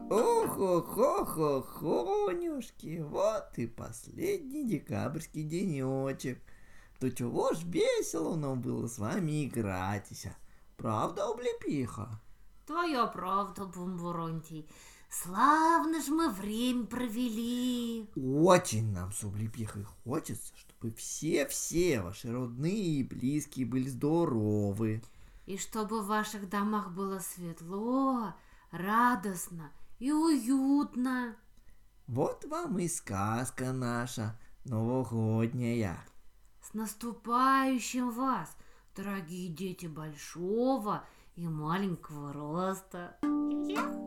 Ох-ох-ох-охонюшки, вот и последний декабрьский денечек. То чего ж весело нам было с вами играть. Правда, облепиха? Твоя правда, Бумбурунтий. Славно ж мы время провели. Очень нам с облепихой хочется, чтобы все ваши родные и близкие были здоровы. И чтобы в ваших домах было светло, радостно и уютно. Вот вам и сказка наша новогодняя. С наступающим вас, дорогие дети большого и маленького роста.